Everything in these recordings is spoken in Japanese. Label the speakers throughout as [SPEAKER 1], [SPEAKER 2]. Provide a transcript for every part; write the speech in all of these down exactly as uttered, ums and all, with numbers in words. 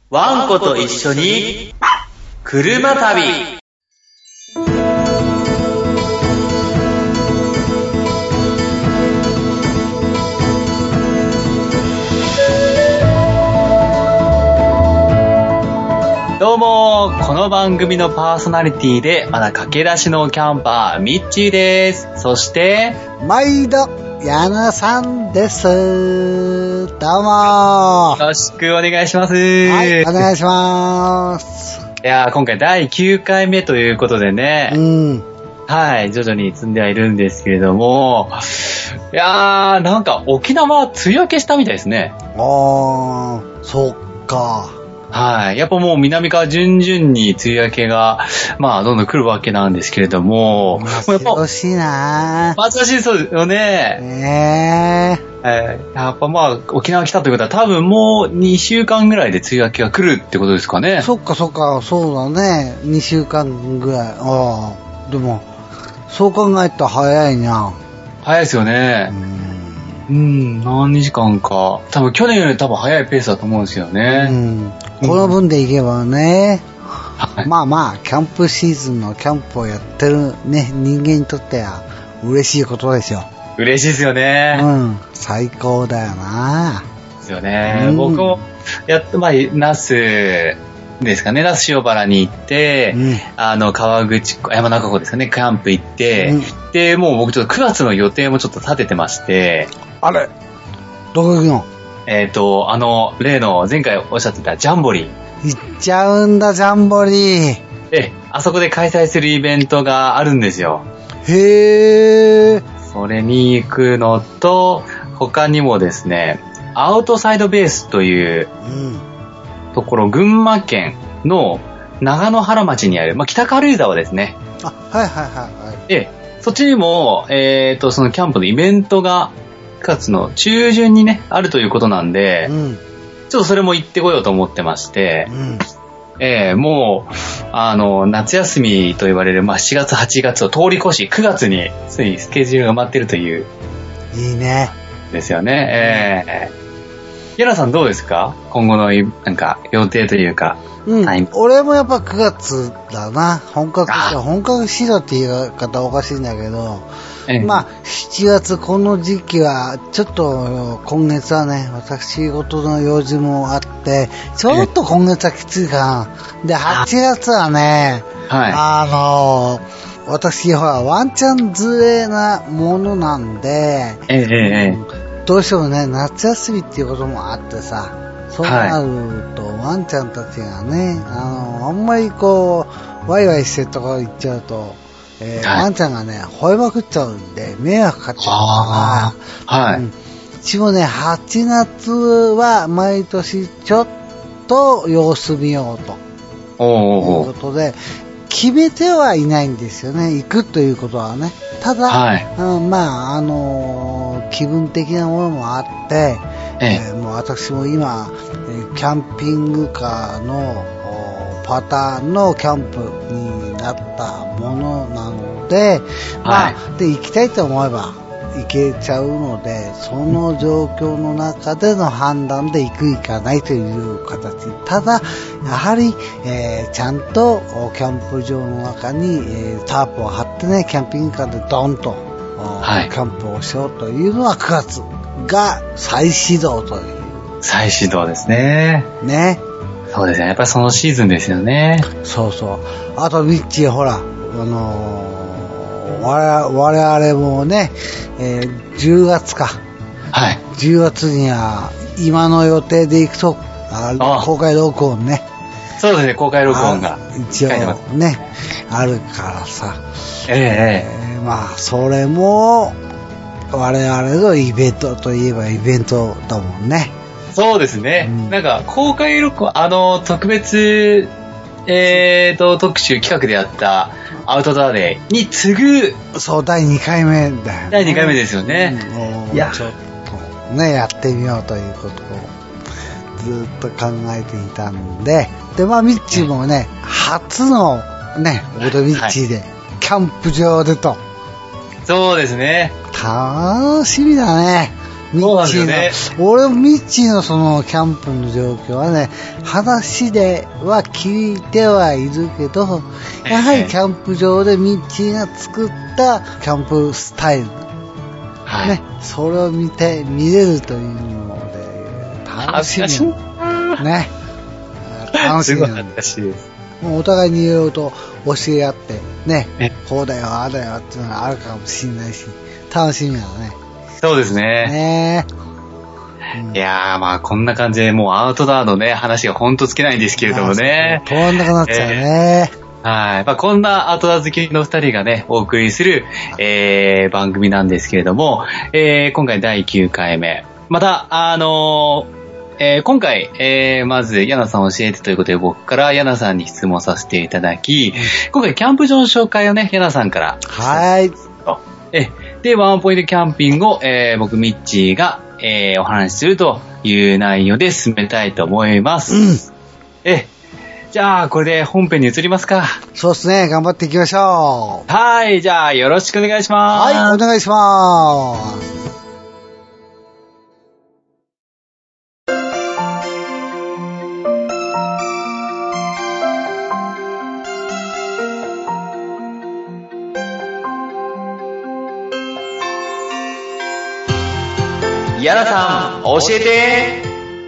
[SPEAKER 1] ワンコと一緒に車旅。どうも、この番組のパーソナリティでまだ駆け出しのキャンパーミッチーです。そして
[SPEAKER 2] 毎度矢野さんです。どうも
[SPEAKER 1] よろしくお願いします。
[SPEAKER 2] はい、お願いします。
[SPEAKER 1] いやー、今回だいきゅうかいめということでね、うん、はい、徐々に積んではいるんですけれども、いやー、なんか沖縄梅雨明けしたみたいですね。
[SPEAKER 2] あー、そっか。
[SPEAKER 1] はい。やっぱもう南から順々に梅雨明けが、まあ、どんどん来るわけなんですけれども。
[SPEAKER 2] 待ち遠しいなぁ。
[SPEAKER 1] 待ち遠しいそうですよね。
[SPEAKER 2] ね
[SPEAKER 1] え。はい。やっぱまあ、沖縄来たということは多分もうにしゅうかんぐらいで梅雨明けが来るってことですかね。
[SPEAKER 2] そっかそっか、そうだね。にしゅうかんぐらい。ああ。でも、そう考えたら早いな。
[SPEAKER 1] 早いですよね。うん、何時間か。多分去年より多分早いペースだと思うんですよね。
[SPEAKER 2] うん。この分でいけばね、うん、まあまあ、キャンプシーズンのキャンプをやってるね、人間にとっては嬉しいことですよ。
[SPEAKER 1] 嬉しいですよね。
[SPEAKER 2] うん。最高だよな。
[SPEAKER 1] ですよね。うん、僕も、やっと、まあ、那須ですかね、那須塩原に行って、うん、あの、川口湖、山中湖ですかね、キャンプ行って、うん、で、もう僕ちょっとくがつの予定もちょっと立ててまして、
[SPEAKER 2] あれどこ行くの？
[SPEAKER 1] えっと、あの、例の前回おっしゃってたジャンボリー。
[SPEAKER 2] 行っちゃうんだ、ジャンボリー。
[SPEAKER 1] え、あそこで開催するイベントがあるんですよ。
[SPEAKER 2] へー。
[SPEAKER 1] それに行くのと、他にもですね、アウトサイドベースというところ、うん、群馬県の長野原町にある、まあ、北軽井沢ですね。
[SPEAKER 2] あ、はいはいはいはい。
[SPEAKER 1] で、そっちにも、えっと、そのキャンプのイベントが、くがつの中旬にね、あるということなんで、うん、ちょっとそれも行ってこようと思ってまして、うん、えー、もう、あの、夏休みと言われる、まあ、しがつ、はちがつを通り越し、くがつについにスケジュールが待ってるという。
[SPEAKER 2] いいね。
[SPEAKER 1] ですよね。えー。ヤナさんどうですか？今後の、なんか、予定というか。
[SPEAKER 2] うん。俺もやっぱくがつだな。本格、本格始動っていう言い方おかしいんだけど、ええ、まあ、しちがつこの時期は、ちょっと今月はね、私事の用事もあって、ちょっと今月はきついかな。で、はちがつはね、はい、あの、私、ほら、ワンちゃん連れなものなんで、ええ、どうしてもね、夏休みっていうこともあってさ、そうなると、ワンちゃんたちがね、あの、あんまりこう、ワイワイしてるところ行っちゃうと、えーはい、ワンちゃんがね、吠えまくっちゃうんで、迷惑かかっちゃうから、はい。うん、一応ね、はちがつは毎年ちょっと様子見ようと。おいうことで、決めてはいないんですよね、行くということはね。ただ、はい、うん、まあ、あのー、気分的なものもあって、えええー、もう私も今、キャンピングカーのパターンのキャンプになったものなので、まあ、はい、で、行きたいと思えば行けちゃうので、その状況の中での判断で行く行かないという形。ただ、やはり、えー、ちゃんとキャンプ場の中に、えー、タープを張ってね、キャンピングカーでドンと、はい、キャンプをしようというのはくがつが再始動という。
[SPEAKER 1] 再始動ですね。
[SPEAKER 2] ね。
[SPEAKER 1] そうですね。やっぱりそのシーズンですよね。
[SPEAKER 2] そうそう。あと、ミッチー、ほら、あのー、我, 我々もね、えー、じゅうがつか。はい。じゅうがつには、今の予定で行くと、あ公開録音ね。
[SPEAKER 1] そうですね、公開録音が。
[SPEAKER 2] 一応ね、あるからさ。
[SPEAKER 1] ええ
[SPEAKER 2] えー、まあ、それも、我々のイベントといえばイベントだもんね。
[SPEAKER 1] そうですね。うん、なんか、公開録音、あの、特別、えーと、特集企画でやったアウトドアデーに次ぐ。
[SPEAKER 2] そう、だいにかいめだよね。
[SPEAKER 1] だいにかいめですよね。
[SPEAKER 2] うん、いや、ちょっとね、やってみようということをずっと考えていたんで、で、まあ、ミッチーもね、うん、初のね、オードミッチーで、はい、キャンプ場でと。
[SPEAKER 1] そうですね。
[SPEAKER 2] 楽しみだね。 ミッチーの、ね、俺ミッチーのそのキャンプの状況はね、話では聞いてはいるけど、やはりキャンプ場でミッチーが作ったキャンプスタイル、はい、ね、それを見て見れるというので楽しみね、楽しみなんです。もうお互いにいろいろと教え合ってね、こうだよああだよっていうのがあるかもしれないし、楽しみだね。
[SPEAKER 1] そうですね。ね、うん、いやー、まあこんな感じでもうアウトドアのね話がほんとつけないんですけれどもね。
[SPEAKER 2] 止まんなくなっちゃうね。
[SPEAKER 1] えーはい。まあ、こんなアウトドア好きの二人がね、お送りする、えー、番組なんですけれども、えー、今回だいきゅうかいめ。また、あのー、えー、今回、えー、まず、ヤナさん教えてということで、僕からヤナさんに質問させていただき、今回キャンプ場の紹介をね、ヤナさんから。
[SPEAKER 2] はい。
[SPEAKER 1] え、で、ワンポイントキャンピングを、えー、僕、ミッチーが、えー、お話しするという内容で進めたいと思います。うん。え、じゃあ、これで本編に移りますか。
[SPEAKER 2] そうですね。頑張っていきましょ
[SPEAKER 1] う。はい。じゃあ、よろしくお願いします。
[SPEAKER 2] はい、お願いします。
[SPEAKER 1] ヤナさん、教えて。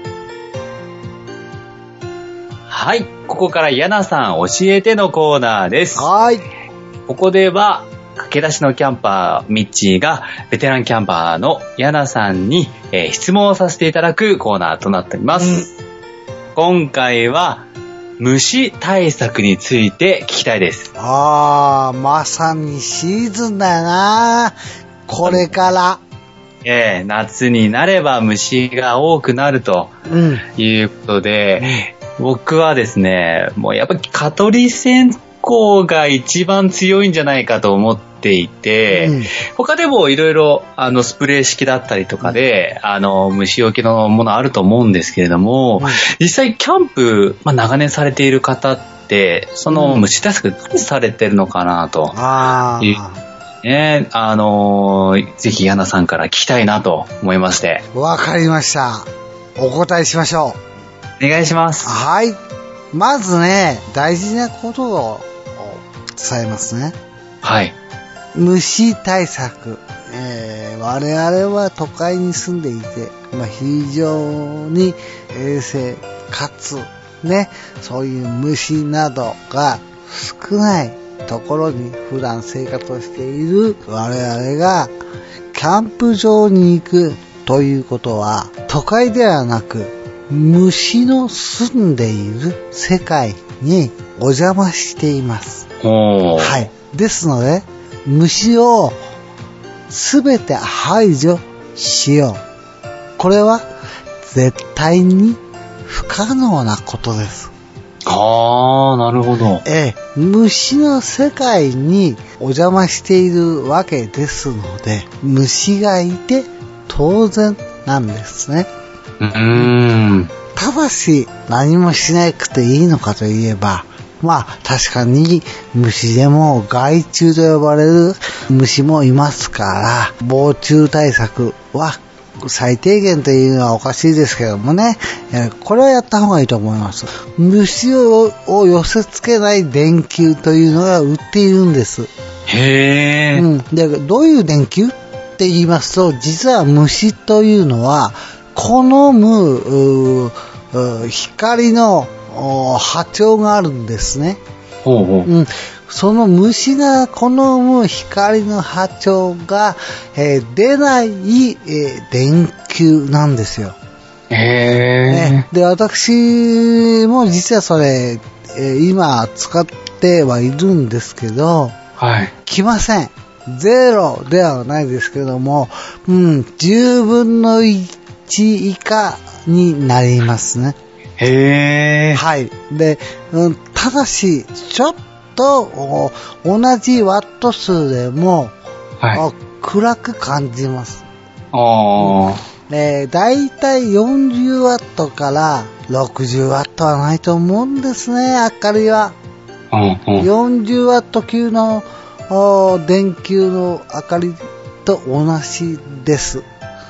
[SPEAKER 1] はい。ここからヤナさん教えてのコーナーです。
[SPEAKER 2] はい。
[SPEAKER 1] ここでは、駆け出しのキャンパー、ミッチーが、ベテランキャンパーのヤナさんに、えー、質問をさせていただくコーナーとなっております。うん、今回は、虫対策について聞きたいです。
[SPEAKER 2] あー、まさにシーズンだよな。これから。
[SPEAKER 1] えー、夏になれば虫が多くなるということで、うん、僕はですね、もうやっぱり蚊取り線香が一番強いんじゃないかと思っていて、うん、他でもいろいろあのスプレー式だったりとかで、うん、あの虫除けのものあると思うんですけれども、うん、実際キャンプ、まあ、長年されている方ってその虫対策何されてるのかなという、ね、あのー、ぜひヤナさんから聞きたいなと思いまして。
[SPEAKER 2] わかりました。お答えしましょ
[SPEAKER 1] う。お願いします。
[SPEAKER 2] はい。まずね、大事なことを伝えますね。
[SPEAKER 1] はい。
[SPEAKER 2] 虫対策。えー、我々は都会に住んでいて、まあ、非常に衛生かつね、そういう虫などが少ないところに普段生活をしている我々がキャンプ場に行くということは、都会ではなく虫の住んでいる世界にお邪魔しています。はい。ですので虫をすべて排除しよう。これは絶対に不可能なことです。
[SPEAKER 1] ああ、なるほど。
[SPEAKER 2] ええ、虫の世界にお邪魔しているわけですので、虫がいて当然なんですね。
[SPEAKER 1] うーん。
[SPEAKER 2] ただし、何もしなくていいのかといえば、まあ確かに虫でも害虫と呼ばれる虫もいますから、防虫対策は最低限というのはおかしいですけどもね、これはやった方がいいと思います。虫を寄せ付けない電球というのが売っているんです。
[SPEAKER 1] へー。
[SPEAKER 2] うん。で、どういう電球って言いますと、実は虫というのは好む光の波長があるんですね。
[SPEAKER 1] ほうほう。
[SPEAKER 2] うん。その虫が好む光の波長が、えー、出ない、えー、電球なんですよ。
[SPEAKER 1] へー。
[SPEAKER 2] ね、で、私も実はそれ、えー、今使ってはいるんですけど、
[SPEAKER 1] はい。
[SPEAKER 2] 来ません。ゼロではないですけども、うん、じゅうぶんのいち以下になりますね。
[SPEAKER 1] へー。
[SPEAKER 2] はい。で、うん、ただし、ちょっと同じワット数でも、はい、暗く感じます。
[SPEAKER 1] あ
[SPEAKER 2] ー、えー、だいたいよんじゅうワットからろくじゅうワットはないと思うんですね、明かりは。
[SPEAKER 1] うんうん、
[SPEAKER 2] よんじゅうワット級の電球の明かりと同じです。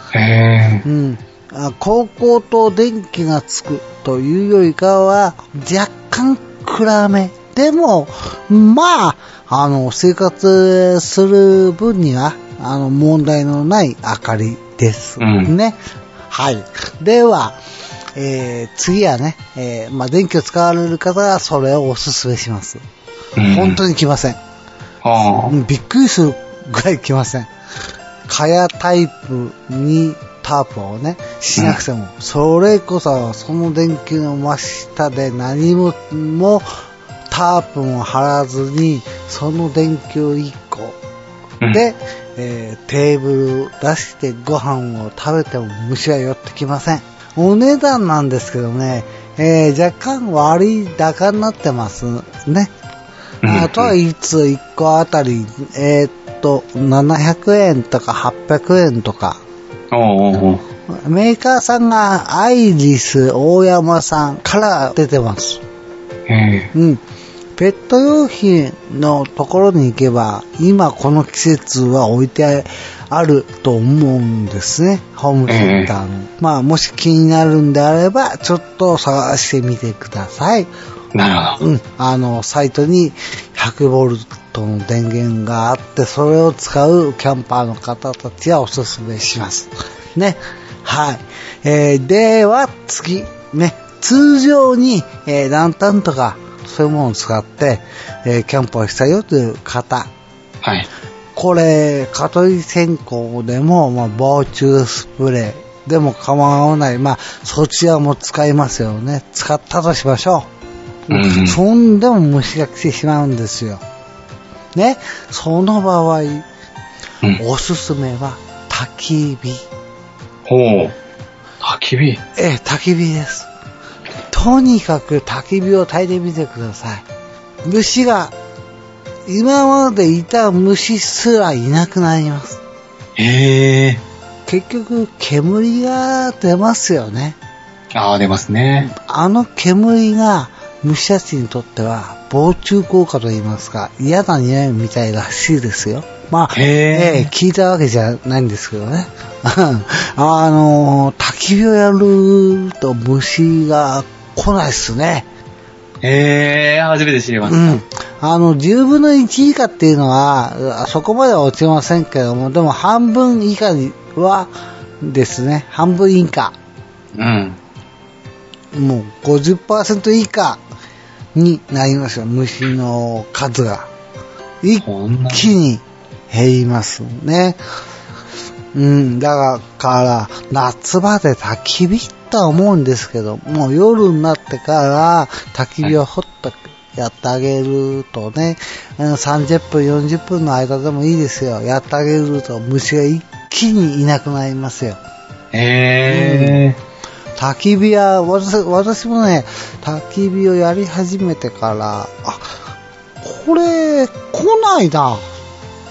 [SPEAKER 1] へー。
[SPEAKER 2] うん。高校と電気がつくというよりかは、若干暗め。でも、まあ、あの、生活する分には、あの、問題のない明かりですね。うん、はい。では、えー、次はね、えー、まあ、電気を使われる方はそれをおすすめします。うん、本当に来ません。
[SPEAKER 1] あ
[SPEAKER 2] びっくりするぐらい来ません。蚊帳タイプにタープをね、しなくても、うん、それこそその電気の真下で何も、もタープも張らずに、その電球いっこで、うん、えー、テーブル出してご飯を食べても虫は寄ってきません。お値段なんですけどね、えー、若干割高になってますね。あとはいついっこあたり、えー、っと、ななひゃくえんとかはっぴゃくえんとか。
[SPEAKER 1] おうおう、
[SPEAKER 2] メーカーさんがアイリス大山さんから出てます。うん。ペット用品のところに行けば、今この季節は置いてあると思うんですね。ホームセンターの。まあ、もし気になるんであれば、ちょっと探してみてください。
[SPEAKER 1] なるほど。
[SPEAKER 2] うん。あの、サイトにひゃくボルトの電源があって、それを使うキャンパーの方たちはおすすめします。ね。はい。えー、では、次。ね。通常に、えー、ランタンとか、そういうものを使って、えー、キャンプをしたよという方。
[SPEAKER 1] はい。
[SPEAKER 2] これ、蚊取り線香でも、まあ、防虫スプレーでも構わない。まあ、そちらも使いますよね。使ったとしましょう。うん、そんでも虫が来てしまうんですよ。ね。その場合、うん、おすすめは焚き火。
[SPEAKER 1] ほう。焚き火？
[SPEAKER 2] ええ、焚き火です。とにかく焚き火を焚いてみてください。虫が、今までいた虫すらいなくなります。
[SPEAKER 1] へー。
[SPEAKER 2] 結局、煙が出ますよね。
[SPEAKER 1] ああ、出ますね。
[SPEAKER 2] あの煙が虫たちにとっては防虫効果といいますか、嫌な匂いみたいらしいですよ。まあ、えー、聞いたわけじゃないんですけどね。あの、焚き火をやると虫が来ないっすね。
[SPEAKER 1] へー、初めて知りました。
[SPEAKER 2] うん。あの、じゅうぶんのいち以下っていうのは、そこまでは落ちませんけども、でも半分以下にはですね、半分以下。
[SPEAKER 1] うん。
[SPEAKER 2] もう ごじゅっパーセント 以下になりますよ、虫の数が。一気に減りますね。うん、だから、夏場で焚き火とは思うんですけど、もう夜になってから焚き火をほっとやってあげるとね、さんじゅっぷん、よんじゅっぷんの間でもいいですよ。やってあげると虫が一気にいなくなりますよ。
[SPEAKER 1] へー。うん
[SPEAKER 2] 焚き火は、私、私もね、焚き火をやり始めてから、あ、これ、来ないな、って、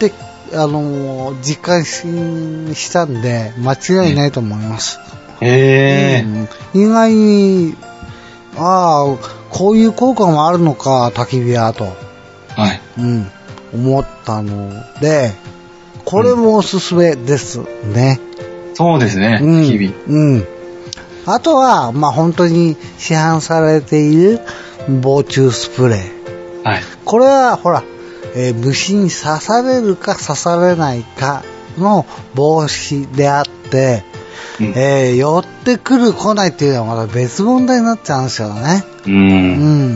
[SPEAKER 2] あの、実感し、したんで、間違いないと思います。
[SPEAKER 1] へー。
[SPEAKER 2] うん、意外に、ああ、こういう効果もあるのか、焚き火は、と。
[SPEAKER 1] はい。
[SPEAKER 2] うん、思ったので、これもおすすめですね。
[SPEAKER 1] うん、そうですね、
[SPEAKER 2] うん、
[SPEAKER 1] 焚き火。
[SPEAKER 2] うん。あとは、まあ、本当に市販されている防虫スプレー。
[SPEAKER 1] はい。
[SPEAKER 2] これは、ほら、えー、虫に刺されるか刺されないかの防止であって、うん、えー、寄ってくる来ないっていうのはまた別問題になっちゃうんですよね。
[SPEAKER 1] うん。
[SPEAKER 2] うん。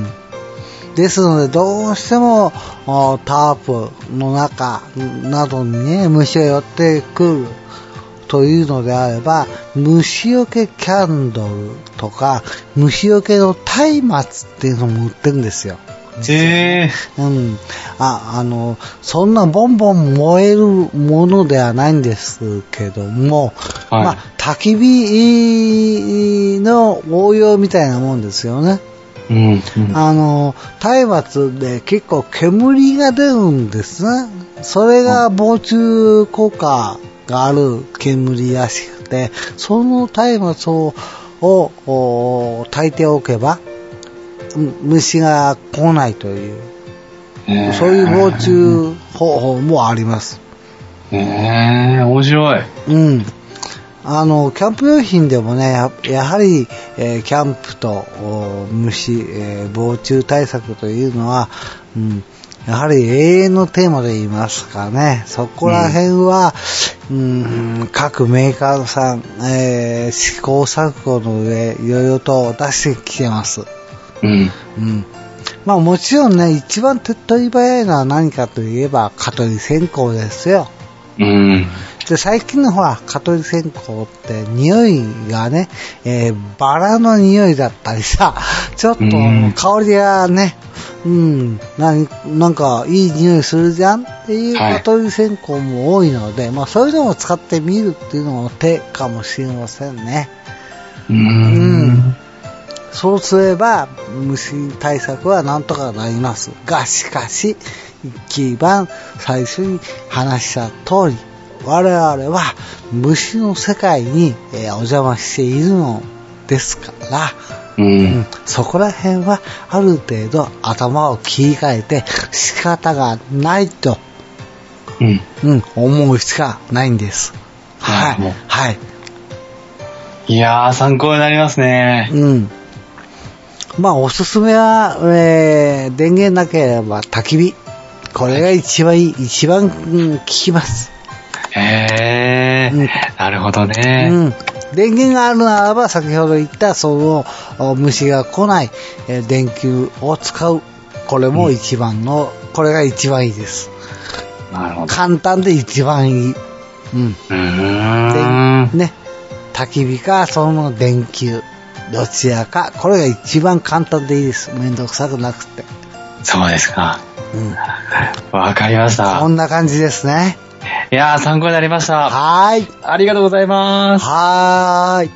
[SPEAKER 2] ですので、どうしても、タープの中などにね、虫が寄ってくる。というのであれば、虫除けキャンドルとか、虫除けの松明っていうのも売ってるんですよ。
[SPEAKER 1] へ
[SPEAKER 2] ー。うん。あ、あの、そんなボンボン燃えるものではないんですけども、はい、まあ、焚き火の応用みたいなもんですよね。
[SPEAKER 1] うんうん、
[SPEAKER 2] あの、松明で結構煙が出るんですね。それが防虫効果がある煙らしくて、その松明を、を焚いておけば虫が来ないという、えー、そういう防虫方法もあります。
[SPEAKER 1] えー、面白い。
[SPEAKER 2] うん。 あの、キャンプ用品でもね、や, やはり、えー、キャンプと虫、えー、防虫対策というのは、うん、やはり永遠のテーマで言いますかね。そこら辺は、うんうん、各メーカーさん、えー、試行錯誤の上、いろいろと出してきてます。
[SPEAKER 1] うん。
[SPEAKER 2] うん。まあもちろんね、一番手っ取り早いのは何かといえば、蚊取り線香ですよ。
[SPEAKER 1] うん。
[SPEAKER 2] で、最近のほら、蚊取り線香って匂いがね、えー、バラの匂いだったりさ、ちょっと香りがね、うん、な、なんかいい匂いするじゃんっていう蚊取り線香も多いので、はい、まあそういうのを使ってみるっていうのも手かもしれませんね。
[SPEAKER 1] うーん。
[SPEAKER 2] うんそうすれば虫対策はなんとかなりますが、しかし一番最初に話した通り、我々は虫の世界に、えー、お邪魔しているのですから、
[SPEAKER 1] うんうん、
[SPEAKER 2] そこら辺はある程度頭を切り替えて仕方がないと、
[SPEAKER 1] うん
[SPEAKER 2] うん、思うしかないんです。はい、はい。
[SPEAKER 1] いやー参考になりますね。
[SPEAKER 2] うん。まあおすすめは、えー、電源なければ焚き火。これが一番いい、一番、うん、効きます。
[SPEAKER 1] へー、うん、なるほどね。
[SPEAKER 2] うん。電源があるならば、先ほど言ったその虫が来ない、えー、電球を使う。これも一番の、うん、これが一番いいです。
[SPEAKER 1] なるほど。
[SPEAKER 2] 簡単で一番いい。うん。
[SPEAKER 1] うーん。
[SPEAKER 2] ね。焚き火か、その電球。どちらか。これが一番簡単でいいです。めんどくさくなくて。
[SPEAKER 1] そうですか。
[SPEAKER 2] うん。
[SPEAKER 1] わかりました。
[SPEAKER 2] こんな感じですね。
[SPEAKER 1] いやー、参考になりました。
[SPEAKER 2] はーい。
[SPEAKER 1] ありがとうございます。
[SPEAKER 2] はーい。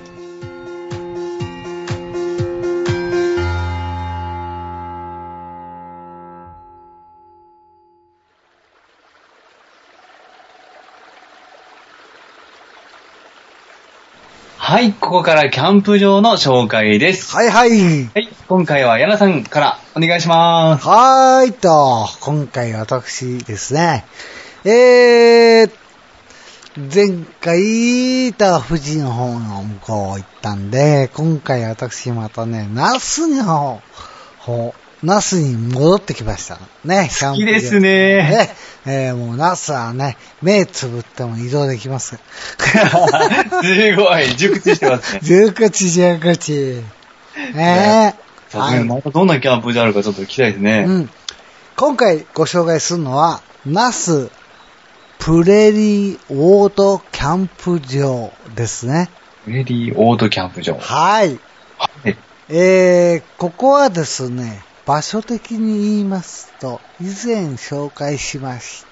[SPEAKER 1] はい、ここからキャンプ場の紹介です。
[SPEAKER 2] はいはい。
[SPEAKER 1] はい、今回はヤナさんからお願いします。
[SPEAKER 2] はーいと、今回私ですね。えー、前回と富士の方の向こう行ったんで、今回私またね、那須の方、那須に戻ってきました。ね、
[SPEAKER 1] 好きですね。
[SPEAKER 2] ねえー、もう那須はね、目つぶっても移動できます。
[SPEAKER 1] すごい、熟知してますね。
[SPEAKER 2] 熟知、熟知。ね
[SPEAKER 1] え。さすがにまたどんなキャンプ場あるかちょっと聞きたいですね。
[SPEAKER 2] うん。今回ご紹介するのは、那須プレリーオートキャンプ場ですね。
[SPEAKER 1] プレリーオートキャンプ場。
[SPEAKER 2] はい。
[SPEAKER 1] はい。
[SPEAKER 2] えー、ここはですね、場所的に言いますと、以前紹介しました、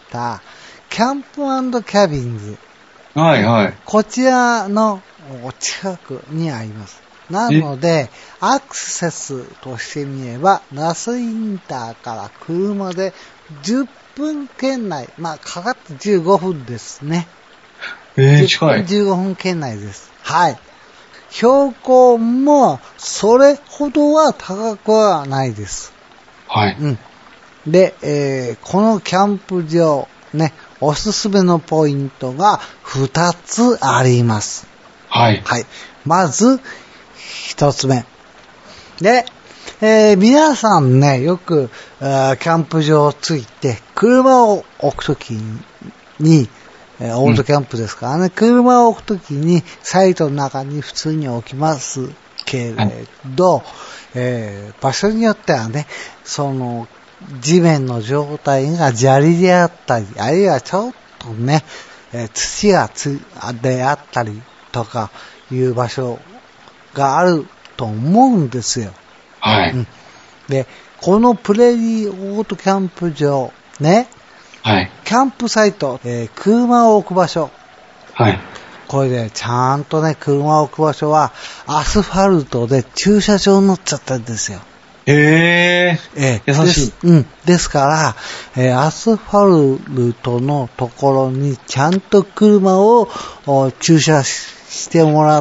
[SPEAKER 2] キャンプ&キャビンズ。
[SPEAKER 1] はいはい。
[SPEAKER 2] こちらの近くにあります。なので、アクセスとしてみれば、那須インターから車でじゅっぷん圏内、まあ、かかってじゅうごふんですね。
[SPEAKER 1] えー、近い。
[SPEAKER 2] じゅうごふん圏内です。はい。標高もそれほどは高くはないです。
[SPEAKER 1] はい。
[SPEAKER 2] うん。で、えー、このキャンプ場ね、おすすめのポイントがふたつあります。
[SPEAKER 1] はい。
[SPEAKER 2] はい。まずひとつめ。で、えー、皆さんね、よくキャンプ場ついて車を置くときに。えー、オートキャンプですからね、うん、車を置くときにサイトの中に普通に置きますけれど、はい、えー、場所によってはね、その地面の状態が砂利であったり、あるいはちょっとね、えー、土がつであったりとかいう場所があると思うんですよ。
[SPEAKER 1] はい。
[SPEAKER 2] うん、で、このプレリーオートキャンプ場ね。
[SPEAKER 1] はい。
[SPEAKER 2] キャンプサイト、えー、車を置く場所。
[SPEAKER 1] はい。
[SPEAKER 2] これで、ちゃんとね、車を置く場所は、アスファルトで駐車場になっちゃったんですよ。
[SPEAKER 1] へー。えー、優しい。
[SPEAKER 2] うん。ですから、えー、アスファルトのところに、ちゃんと車を駐車してもらって、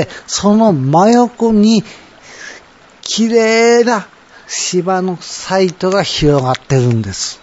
[SPEAKER 2] その真横に、綺麗な芝のサイトが広がってるんです。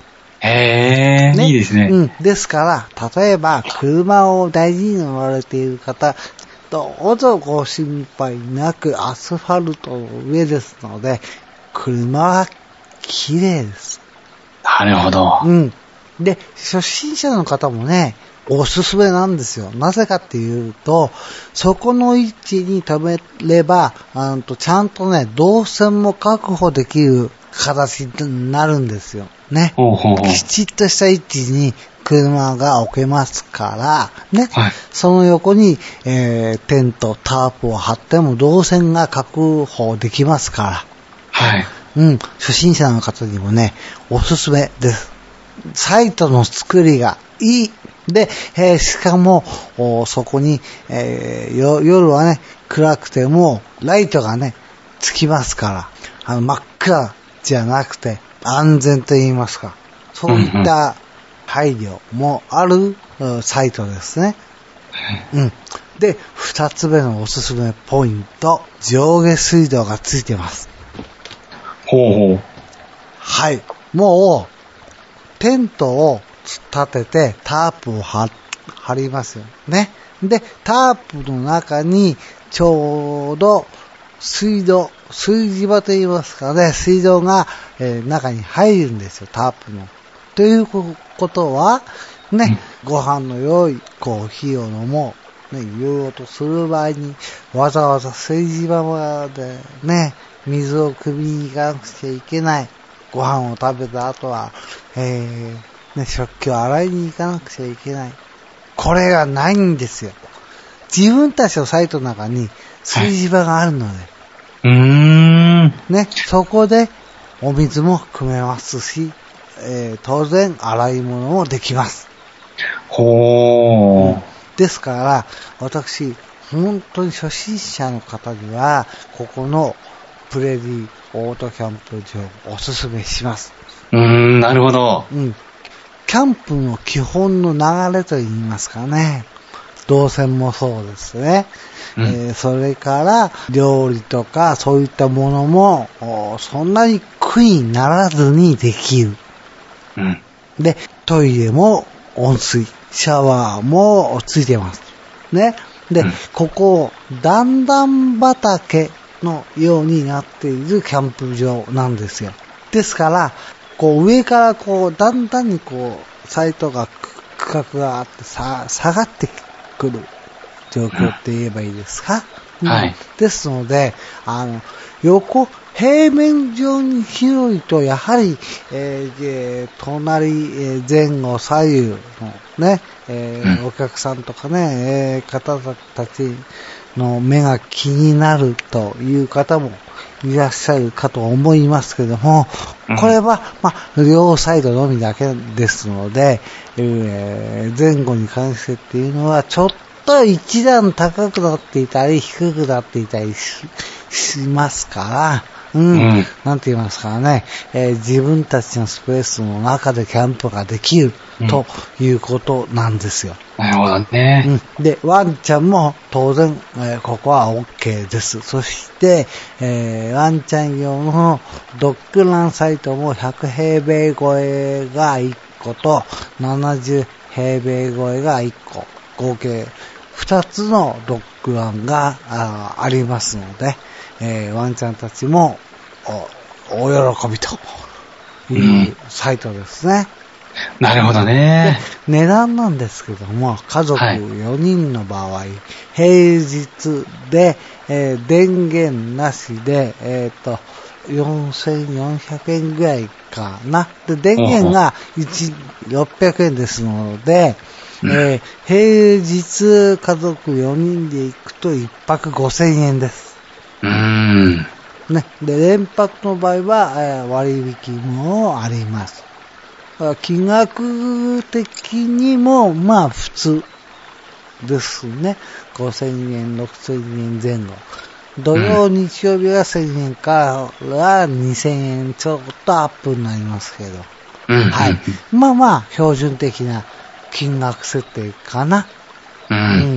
[SPEAKER 1] へー、ね、いいですね。
[SPEAKER 2] うん。ですから、例えば、車を大事に乗られている方、どうぞご心配なく、アスファルトの上ですので、車は綺麗です。
[SPEAKER 1] なるほど。
[SPEAKER 2] うん。で、初心者の方もね、おすすめなんですよ。なぜかっていうと、そこの位置に止めれば、あとちゃんとね、動線も確保できる形になるんですよ。ね。
[SPEAKER 1] ほうほうほう、
[SPEAKER 2] きちっとした位置に車が置けますから、ね。
[SPEAKER 1] はい、
[SPEAKER 2] その横に、えー、テント、タープを張っても動線が確保できますから。
[SPEAKER 1] はい。
[SPEAKER 2] うん。初心者の方にもね、おすすめです。サイトの作りがいい。で、えー、しかも、そこに、えー、夜はね、暗くても、ライトがね、つきますから、あの、真っ暗じゃなくて、安全と言いますか、そういった配慮もある、うん、サイトですね。うん。で、二つ目のおすすめポイント、上下水道がついてます。
[SPEAKER 1] ほうほう。
[SPEAKER 2] はい。もう、テントを立ててタープを張りますよね。で、タープの中にちょうど水道、水磁場と言いますかね、水道が、えー、中に入るんですよ、タープの。ということは、ね、うん、ご飯の用意、コーヒーを飲もう、ね、言おうとする場合に、わざわざ水磁場までね、水を汲みに行かなくちゃいけない。ご飯を食べた後は、えー、ね、食器を洗いに行かなくちゃいけない。これがないんですよ。自分たちのサイトの中に水磁場があるので。はい、
[SPEAKER 1] うーん。
[SPEAKER 2] ね、そこでお水も汲めますし、えー、当然洗い物もできます。
[SPEAKER 1] ほー。
[SPEAKER 2] うん、ですから、私、本当に初心者の方には、ここのプレディオートキャンプ場おすすめします。
[SPEAKER 1] うーん、なるほど。
[SPEAKER 2] うん。キャンプの基本の流れといいますかね。動線もそうですね。うん、えー、それから料理とかそういったものもそんなに苦にならずにできる。
[SPEAKER 1] うん、
[SPEAKER 2] で、トイレも温水、シャワーもついてます。ね。で、うん、ここ段々畑のようになっているキャンプ場なんですよ。ですから、こう上からこうだんだんにこうサイトが区画があってさ下がってくる状況って言えばいいですか、
[SPEAKER 1] うん、はい。
[SPEAKER 2] ですので、あの横平面上に広いとやはり、えー、隣、えー、前後左右のね、えーうん、お客さんとかね、えー、方たちの目が気になるという方もいらっしゃるかと思いますけども、これは、まあ、両サイドのみだけですので、えー、前後に関してっていうのはちょっと一段高くなっていたり低くなっていたり し, しますから、うん、うん、なんて言いますかね、えー、自分たちのスペースの中でキャンプができるということなんですよ。
[SPEAKER 1] なるほどね。
[SPEAKER 2] うん、で、ワンちゃんも当然、えー、ここは OK です。そして、えー、ワンちゃん用のドッグランサイトもひゃくへいべい超えがいっことななじゅうへいべい超えがいっこ、合計ふたつのドッグランが あ, ありますので、えー、ワンちゃんたちもお喜びというサイトですね。
[SPEAKER 1] うん、なるほどね。
[SPEAKER 2] 値段なんですけども、家族よにんの場合、はい、平日で、えー、電源なしで、えっと、よんせんよんひゃくえんぐらいかな。で、電源がろっぴゃくえんですので、うん、えー、平日家族よにんで行くといっぱくごせんえんです。
[SPEAKER 1] うーん。
[SPEAKER 2] ね。で、連泊の場合は、えー、割引もあります。金額的にも、まあ普通ですね。ごせんえん、ろくせんえん前後。土曜、日曜日はせんえんからにせんえんちょっとアップになりますけど。
[SPEAKER 1] うん、
[SPEAKER 2] はい。まあまあ、標準的な金額設定かな。
[SPEAKER 1] うん。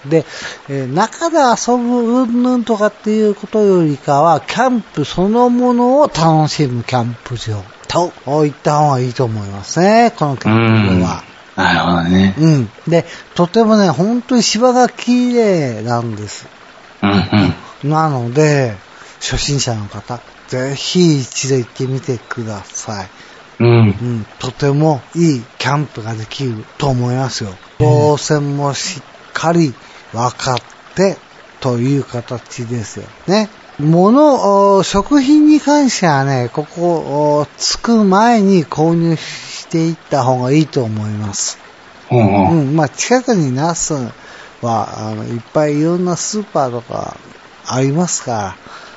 [SPEAKER 2] で、えー、中で遊ぶうんぬんとかっていうことよりかは、キャンプそのものを楽しむキャンプ場と言った方がいいと思いますね、このキャンプ場は。
[SPEAKER 1] なるほどね。
[SPEAKER 2] うん。で、とてもね、本当に芝が綺麗なんです。
[SPEAKER 1] うんうん。
[SPEAKER 2] なので、初心者の方、ぜひ一度行ってみてください。
[SPEAKER 1] うん。
[SPEAKER 2] うん。とてもいいキャンプができると思いますよ。動線もしっかり分かってという形ですよね。物、食品に関してはね、ここ、着く前に購入していった方がいいと思います。
[SPEAKER 1] うん、
[SPEAKER 2] うん。まあ、近くにナスは、あの、いっぱいいろんなスーパーとかありますから、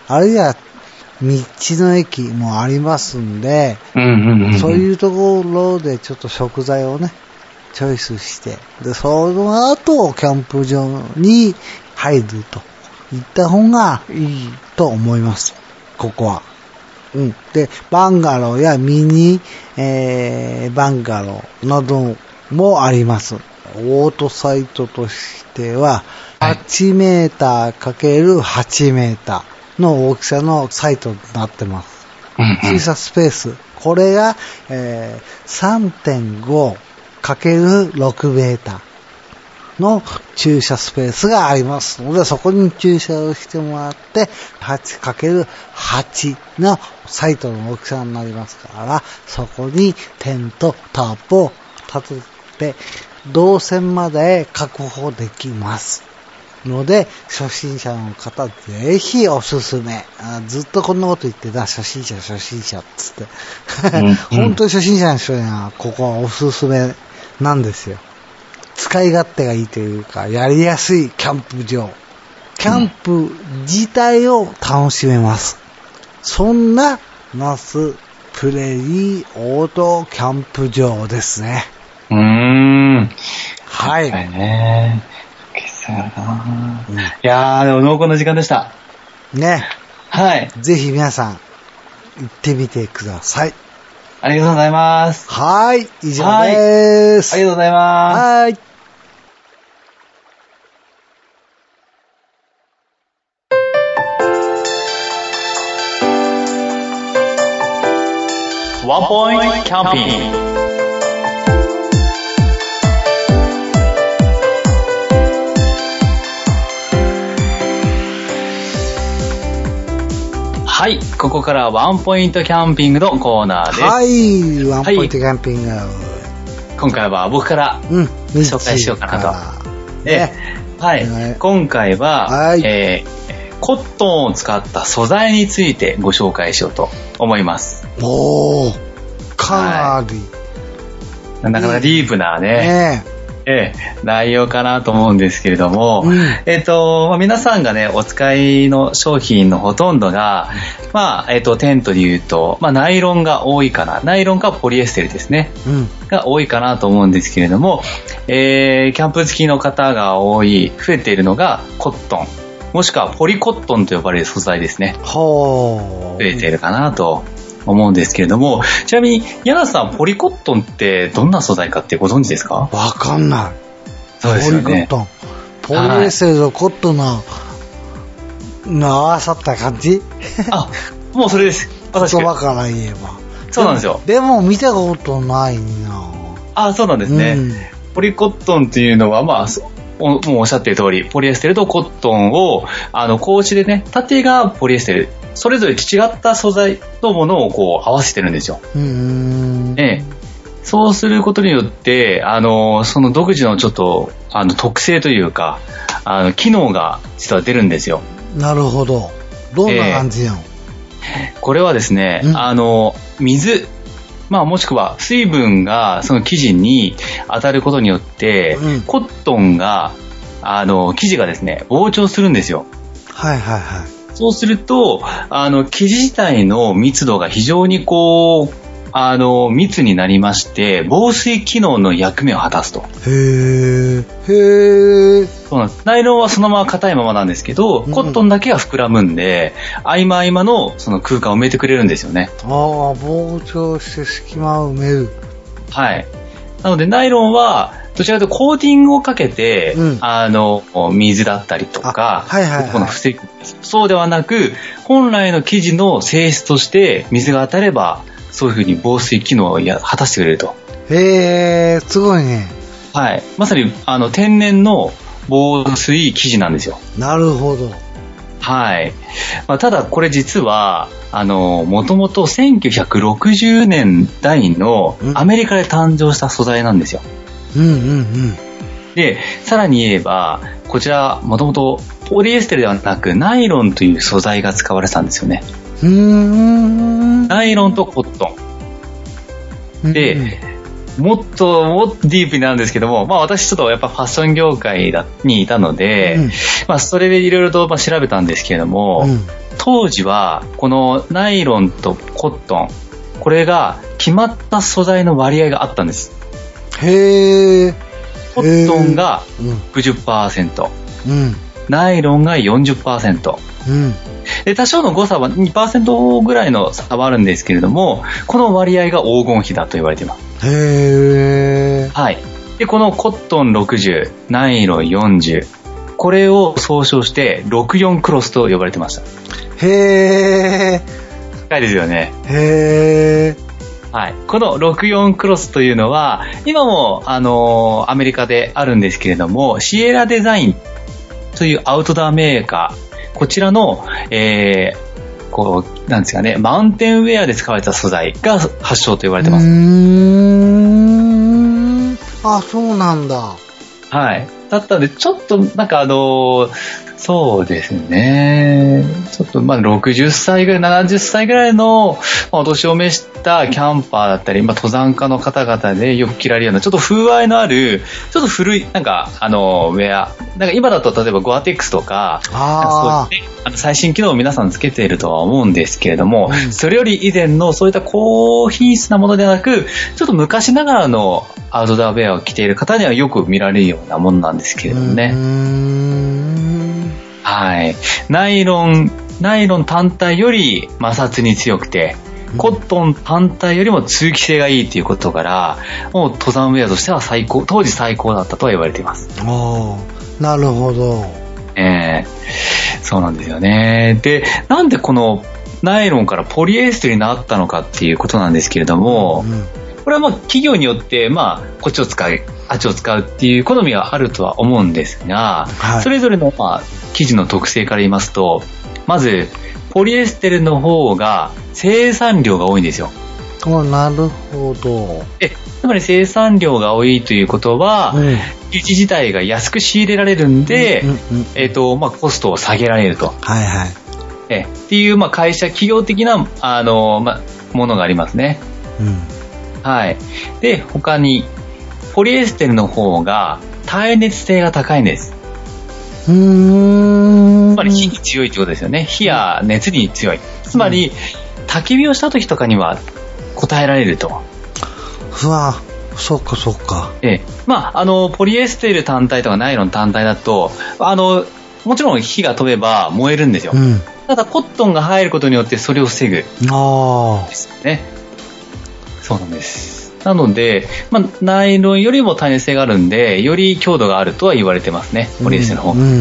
[SPEAKER 2] あるいは、道の駅もありますんで、
[SPEAKER 1] うんうんうん、
[SPEAKER 2] そういうところでちょっと食材をね、チョイスして、で、その後、キャンプ場に入るといった方がいいと思います。ここは。うん。で、バンガローやミニ、えー、バンガローなどもあります。オートサイトとしては、はちメーターかけるはちメーターの大きさのサイトになってます。小さスペース。これが、えー、さんてんごかけるろくメーターの駐車スペースがありますので、そこに駐車をしてもらって、はちかけるはち のサイトの大きさになりますから、そこにテント、タープを立てて、動線まで確保できますので、初心者の方ぜひおすすめ。あ、ずっとこんなこと言ってた、初心者初心者っつって、うんうん、本当に初心者の人にはここはおすすめなんですよ。使い勝手がいいというか、やりやすいキャンプ場。キャンプ自体を楽しめます。そんなナスプレリーオートキャンプ場ですね。
[SPEAKER 1] うーん。
[SPEAKER 2] はい。
[SPEAKER 1] はいね。うん、いやー、でも濃厚な時間でした。
[SPEAKER 2] ね。
[SPEAKER 1] はい。
[SPEAKER 2] ぜひ皆さん、行ってみてください。
[SPEAKER 1] ありがとうございます。
[SPEAKER 2] はい。以上です。
[SPEAKER 1] ありがとうございます。
[SPEAKER 2] はい。
[SPEAKER 1] ワンポイントキャンピング。はい、ここからはワンポイントキャンピングのコーナーです。
[SPEAKER 2] はい、ワンポイントキャンピング。はい、
[SPEAKER 1] 今回は僕から紹介しようかなと。うんね、はい、はい、今回は、はい、えー、コットンを使った素材についてご紹介しようと思います。
[SPEAKER 2] おー、かなり。
[SPEAKER 1] はい、なかなかディープなね。ねええ、内容かなと思うんですけれども、うん、えっと、まあ、皆さんがね、お使いの商品のほとんどが、まあ、えっと、テントで言うと、まあ、ナイロンが多いかな。ナイロンかポリエステルですね。うん、が多いかなと思うんですけれども、えー、キャンプ好きの方が多い、増えているのがコットン。もしくはポリコットンと呼ばれる素材ですね。増えているかなと思うんですけれども、ちなみに柳さん、ポリコットンってどんな素材かってご存知ですか？
[SPEAKER 2] わかんない。
[SPEAKER 1] そうですよね。
[SPEAKER 2] ポリコットン、ポリエステルとコットンの、の合わさった感じ？
[SPEAKER 1] あ、もうそれです。
[SPEAKER 2] 言葉から言えば。
[SPEAKER 1] そうなんですよ。
[SPEAKER 2] でも、でも見たことないな。
[SPEAKER 1] あ、そうなんですね。うん、ポリコットンっていうのは、まあ、おもうおっしゃってる通り、ポリエステルとコットンを、あの、格子でね、縦がポリエステル、それぞれ違った素材のものをこう合わせてるんですよ。
[SPEAKER 2] うーん、
[SPEAKER 1] ええ、そうすることによって、あの、その独自のちょっと、あの、特性というか、あの、機能が実は出るんですよ。
[SPEAKER 2] なるほど。どんな感じやん、
[SPEAKER 1] えー、これはですね、うん、あの、水、まあもしくは水分がその生地に当たることによって、うん、コットンが、あの、生地がですね、膨張するんですよ。
[SPEAKER 2] はいはいはい。
[SPEAKER 1] そうすると、あの、生地自体の密度が非常にこう、あの、密になりまして、防水機能の役目を果たすと。
[SPEAKER 2] へー。へー。
[SPEAKER 1] そうなんです。ナイロンはそのまま硬いままなんですけど、うん、コットンだけは膨らむんで、合間合間のその空間を埋めてくれるんですよね。
[SPEAKER 2] ああ、膨張して隙間を埋める。
[SPEAKER 1] はい。なので、ナイロンは、 どちらかというとコーティングをかけて、うん、あの、水だったりとか、
[SPEAKER 2] はいはいはい、
[SPEAKER 1] この防ぐ。そうではなく、本来の生地の性質として水が当たれば、そういう風に防水機能をや果たしてくれると。
[SPEAKER 2] へー、すごいね。
[SPEAKER 1] はい。まさに、あの、天然の防水生地なんですよ。
[SPEAKER 2] なるほど。
[SPEAKER 1] はい。まあ、ただ、これ実は、あの、もともとせんきゅうひゃくろくじゅうねんだいのアメリカで誕生した素材なんですよ。
[SPEAKER 2] うんうんうん。
[SPEAKER 1] で、さらに言えば、こちら、もともとポリエステルではなく、ナイロンという素材が使われてたんですよね。
[SPEAKER 2] うーん。
[SPEAKER 1] ナイロンとコットン。で、うん、もっと、もっとディープになるんですけども、まあ私ちょっとやっぱファッション業界にいたので、うん、まあそれでいろいろと調べたんですけれども、うん、当時はこのナイロンとコットン、これが決まった素材の割合があったんです。
[SPEAKER 2] へー。
[SPEAKER 1] コットンが ろくじゅっパーセント、うん、ナイロンが よんじゅっパーセント、うん、で多少の誤差は にパーセント ぐらいの差はあるんですけれども、この割合が黄金比だと言われています。
[SPEAKER 2] へー。
[SPEAKER 1] はい。で、このコットンろくじゅう、ナイロンよんじゅう、これを総称してろくじゅうよんクロスと呼ばれてました。
[SPEAKER 2] へー。
[SPEAKER 1] 深いですよね。
[SPEAKER 2] へー。
[SPEAKER 1] はい。このろくじゅうよんクロスというのは、今も、あのー、アメリカであるんですけれども、シエラデザインというアウトドアメーカー、こちらの、えー、こう、なんですかね、マウンテンウェアで使われた素材が発祥と言われてます。
[SPEAKER 2] うーん。あ、そうなんだ。
[SPEAKER 1] はい。だったので、ちょっと、なんかあのー、そうですね。ちょっとまあろくじゅっさいぐらい、ななじゅっさいぐらいのお年を召したキャンパーだったり、まあ登山家の方々でよく着られるようなちょっと風合いのある、ちょっと古い、なんかあの、ウェア。なんか今だと例えばゴアテックスとか、
[SPEAKER 2] あ
[SPEAKER 1] そういうね、あの最新機能を皆さんつけているとは思うんですけれども、うん、それより以前のそういった高品質なものではなく、ちょっと昔ながらのアウトドアウェアを着ている方にはよく見られるようなものなんですけれどもね。
[SPEAKER 2] うーん、
[SPEAKER 1] はい。ナイロン、ナイロン単体より摩擦に強くて、コットン単体よりも通気性がいいということから、もう登山ウェアとしては最高、当時最高だったとは言われています。
[SPEAKER 2] おー、なるほど。
[SPEAKER 1] えー、そうなんですよね。で、なんでこのナイロンからポリエステルになったのかっていうことなんですけれども、うん、これはまあ企業によって、まあ、こっちを使う、あっちを使うっていう好みはあるとは思うんですが、はい、それぞれのまあ生地の特性から言いますと、まず、ポリエステルの方が生産量が多いんですよ。
[SPEAKER 2] あ、なるほど。
[SPEAKER 1] え、つまり生産量が多いということは、うん、生地自体が安く仕入れられるんで、うんうんうん、えっと、まあ、コストを下げられると。
[SPEAKER 2] はいはい。
[SPEAKER 1] え、っていう、まあ、会社、企業的な、あの、まあ、ものがありますね。
[SPEAKER 2] うん。
[SPEAKER 1] はい。で、他に、ポリエステルの方が耐熱性が高いんです。
[SPEAKER 2] うーん。
[SPEAKER 1] つまり火に強いってことですよね。火や熱に強い。つまり、うん、焚き火をした時とかには応えられると。
[SPEAKER 2] うわ、そっかそっか。
[SPEAKER 1] ええ。まあ、あの、ポリエステル単体とかナイロン単体だと、あの、もちろん火が飛べば燃えるんですよ。うん、ただ、コットンが入ることによってそれを防ぐ。
[SPEAKER 2] ああ。
[SPEAKER 1] ですね。そうなんです。なので、まあ、ナイロンよりも耐熱性があるんで、より強度があるとは言われてますね、ポリエステルの方。
[SPEAKER 2] うんうんうんうん、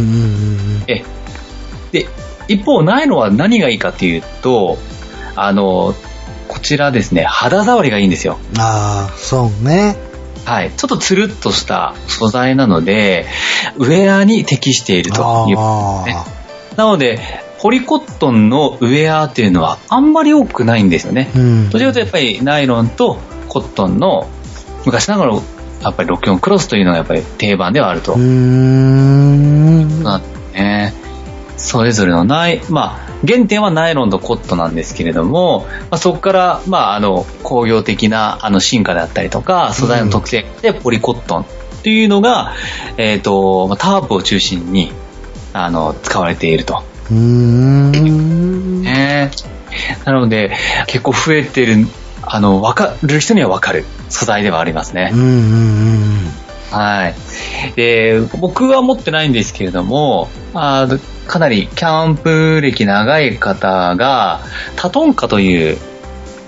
[SPEAKER 1] えで、一方、ナイロンは何がいいかっていうと、あの、こちらですね、肌触りがいいんですよ。
[SPEAKER 2] ああ、そうね。
[SPEAKER 1] はい。ちょっとつるっとした素材なので、ウェアに適しているということですね。なので、ポリコットンのウェアっていうのはあんまり多くないんですよね。うん、どちらかというとやっぱりナイロンとコットンの昔ながらのやっぱりろくじゅうよんクロスというのがやっぱり定番ではあると。
[SPEAKER 2] うーん。
[SPEAKER 1] なってね。それぞれのナイ、まあ、原点はナイロンとコットンなんですけれども、まあ、そこから、まあ、あの、工業的な、あの、進化であったりとか、素材の特性でポリコットンっていうのが、えっと、タープを中心に、あの、使われていると。
[SPEAKER 2] うーん。
[SPEAKER 1] ね。なので、結構増えてる、あの、わかる人にはわかる素材ではありますね。
[SPEAKER 2] うんうんうん。
[SPEAKER 1] はい。で、僕は持ってないんですけれども、あかなりキャンプ歴長い方が、タトンカという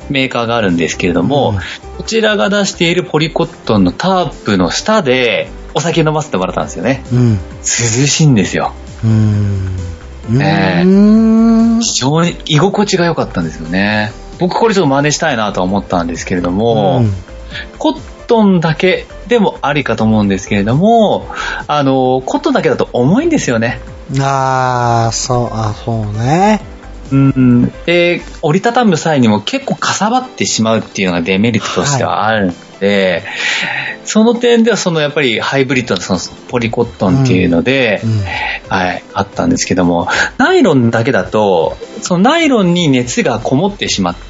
[SPEAKER 1] メーカーがあるんですけれども、うん、こちらが出しているポリコットンのタープの下でお酒飲ませてもらったんですよね。うん、涼しいんですよ。うーん、えー、非常に居心地が良かったんですよね。僕これちょっと真似したいなと思ったんですけれども、うん、コットンだけでもありかと思うんですけれども、あのコットンだけだと重いんですよね。
[SPEAKER 2] ああ、そう、あ、そうね。
[SPEAKER 1] うん、で折りたたむ際にも結構かさばってしまうっていうのがデメリットとしてはあるので、はい、その点ではそのやっぱりハイブリッドのそのポリコットンっていうので、うんうん、はい、あったんですけども、ナイロンだけだとそのナイロンに熱がこもってしまって、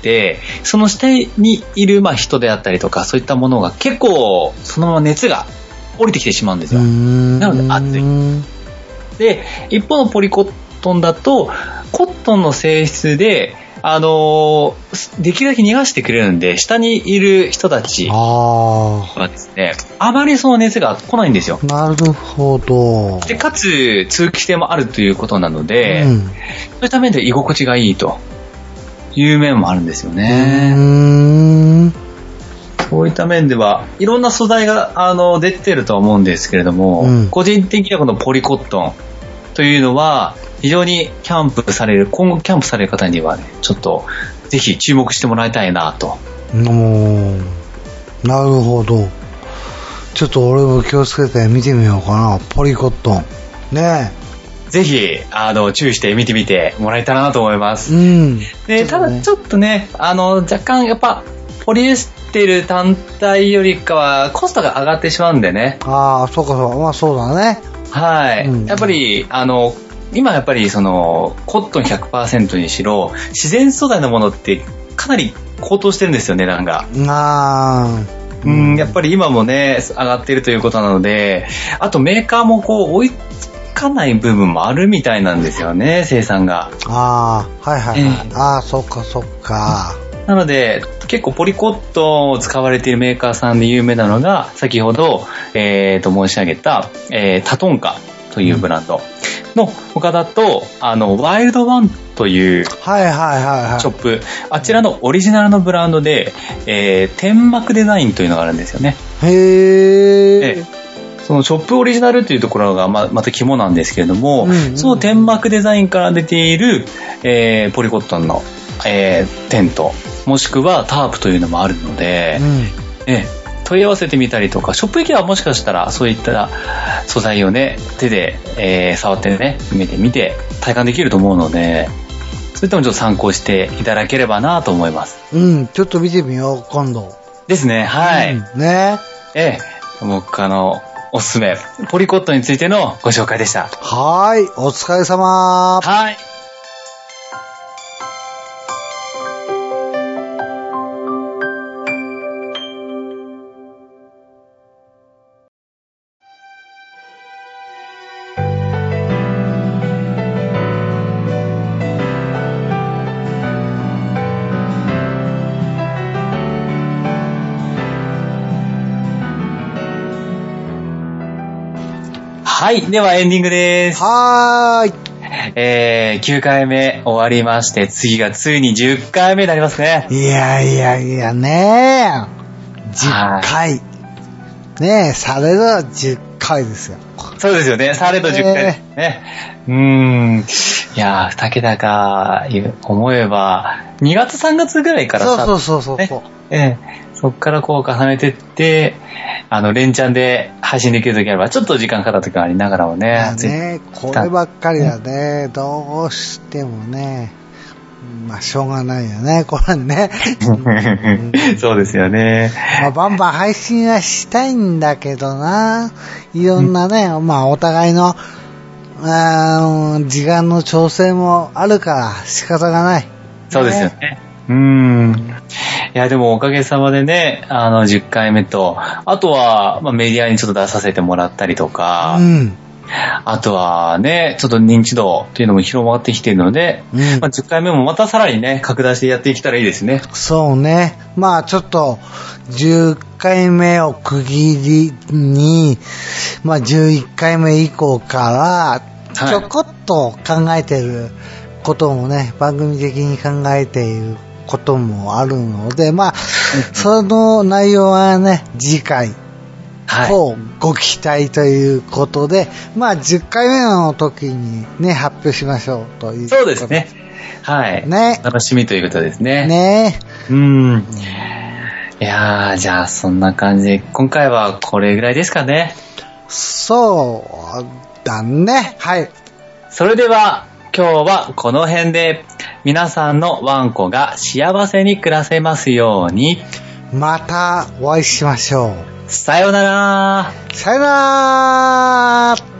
[SPEAKER 1] その下にいるまあ人であったりとかそういったものが結構そのまま熱が降りてきてしまうんですよ。なので熱い。で一方のポリコットンだとコットンの性質で、あのー、できるだけ逃がしてくれるんで、下にいる人たちはですね、あまりその熱が来ないんですよ。
[SPEAKER 2] なるほど。
[SPEAKER 1] でかつ通気性もあるということなので、うん、そういった面で居心地がいいという面もあるんですよね。うーん、そういった面ではいろんな素材があの出てるとは思うんですけれども、うん、個人的にはこのポリコットンというのは非常にキャンプされる、今後キャンプされる方にはね、ちょっとぜひ注目してもらいたいなと。
[SPEAKER 2] おー、なるほど。ちょっと俺も気をつけて見てみようかな、ポリコットン。ね
[SPEAKER 1] え。ぜひ、あの、注意して見てみてもらえたらなと思います。うん。で、ただちょっとね、あの、若干やっぱ、ポリエステル単体よりかはコストが上がってしまうんでね。
[SPEAKER 2] ああ、そうかそうか。まあそうだね。
[SPEAKER 1] はい。うん、やっぱり、あの、今やっぱりそのコットン ひゃくパーセント にしろ自然素材のものってかなり高騰してるんですよ、値段が。あー、うん、やっぱり今もね上がっているということなので、あとメーカーもこう追いつかない部分もあるみたいなんですよね、生産が。
[SPEAKER 2] ああ、はいはいはい、えー、ああ、そっかそっか。
[SPEAKER 1] なので結構ポリコットンを使われているメーカーさんで有名なのが先ほど、えー、と申し上げた、えー、タトンカというブランドの他だと、あのワイルドワンというショップ、あちらのオリジナルのブランドで、えー、天幕デザインというのがあるんですよね。へー。そのショップオリジナルというところが ま, また肝なんですけれども、うんうん、その天幕デザインから出ている、えー、ポリコットンの、えー、テントもしくはタープというのもあるので、うん、えー問い合わせてみたりとか、ショップ行けばもしかしたらそういった素材をね手で、えー、触ってね見てみて体感できると思うので、そういったのをちょっと参考していただければなと思います。
[SPEAKER 2] うん、ちょっと見てみよう今度
[SPEAKER 1] ですね。はい、うん、ねええ僕あのおすすめポリコットンについてのご紹介でした。
[SPEAKER 2] はい、お疲れ様。
[SPEAKER 1] はい。はい。ではエンディングです。
[SPEAKER 2] はーい。
[SPEAKER 1] えー、きゅうかいめ終わりまして、次がついにじゅっかいめになりますね。
[SPEAKER 2] いやいやいやねー。じゅっかい。ねえ、されどじゅっかいですよ。
[SPEAKER 1] そうですよね。されどじゅっかいですね。うーん。いやー、二桁か、思えば、にがつさんがつぐらいからさ、
[SPEAKER 2] そうそうそうそう。
[SPEAKER 1] ね、えーそっからこう重ねてって、あの、連チャンで配信できるときあれば、ちょっと時間かかったときもありながらもね。
[SPEAKER 2] まあね、こればっかりだね。どうしてもね。まあ、しょうがないよね、これね。
[SPEAKER 1] そうですよね。
[SPEAKER 2] まあ、バンバン配信はしたいんだけどな。いろんなね、うん、まあ、お互いの、あ時間の調整もあるから仕方がない。
[SPEAKER 1] そうですよね。うーん。いや、でもおかげさまでね、あの、じゅっかいめと、あとは、まあ、メディアにちょっと出させてもらったりとか、うん、あとはね、ちょっと認知度っていうのも広まってきているので、うん、まあ、じゅっかいめもまたさらにね、拡大してやっていけたらいいですね。
[SPEAKER 2] そうね。まあ、ちょっと、じゅっかいめを区切りに、まあ、じゅういっかいめ以降から、ちょこっと考えてることもね、番組的に考えていることもあるので、まあ、その内容はね、次回、はい、をご期待ということで、まあ、じゅっかいめの時にね、発表しましょうという。
[SPEAKER 1] そうですね。はい。ね。楽しみということですね。
[SPEAKER 2] ね。
[SPEAKER 1] うん。いやー、じゃあそんな感じで、今回はこれぐらいですかね。
[SPEAKER 2] そうだね。はい。
[SPEAKER 1] それでは、今日はこの辺で、皆さんのワンコが幸せに暮らせますように。
[SPEAKER 2] またお会いしましょう。
[SPEAKER 1] さようなら。
[SPEAKER 2] さようなら。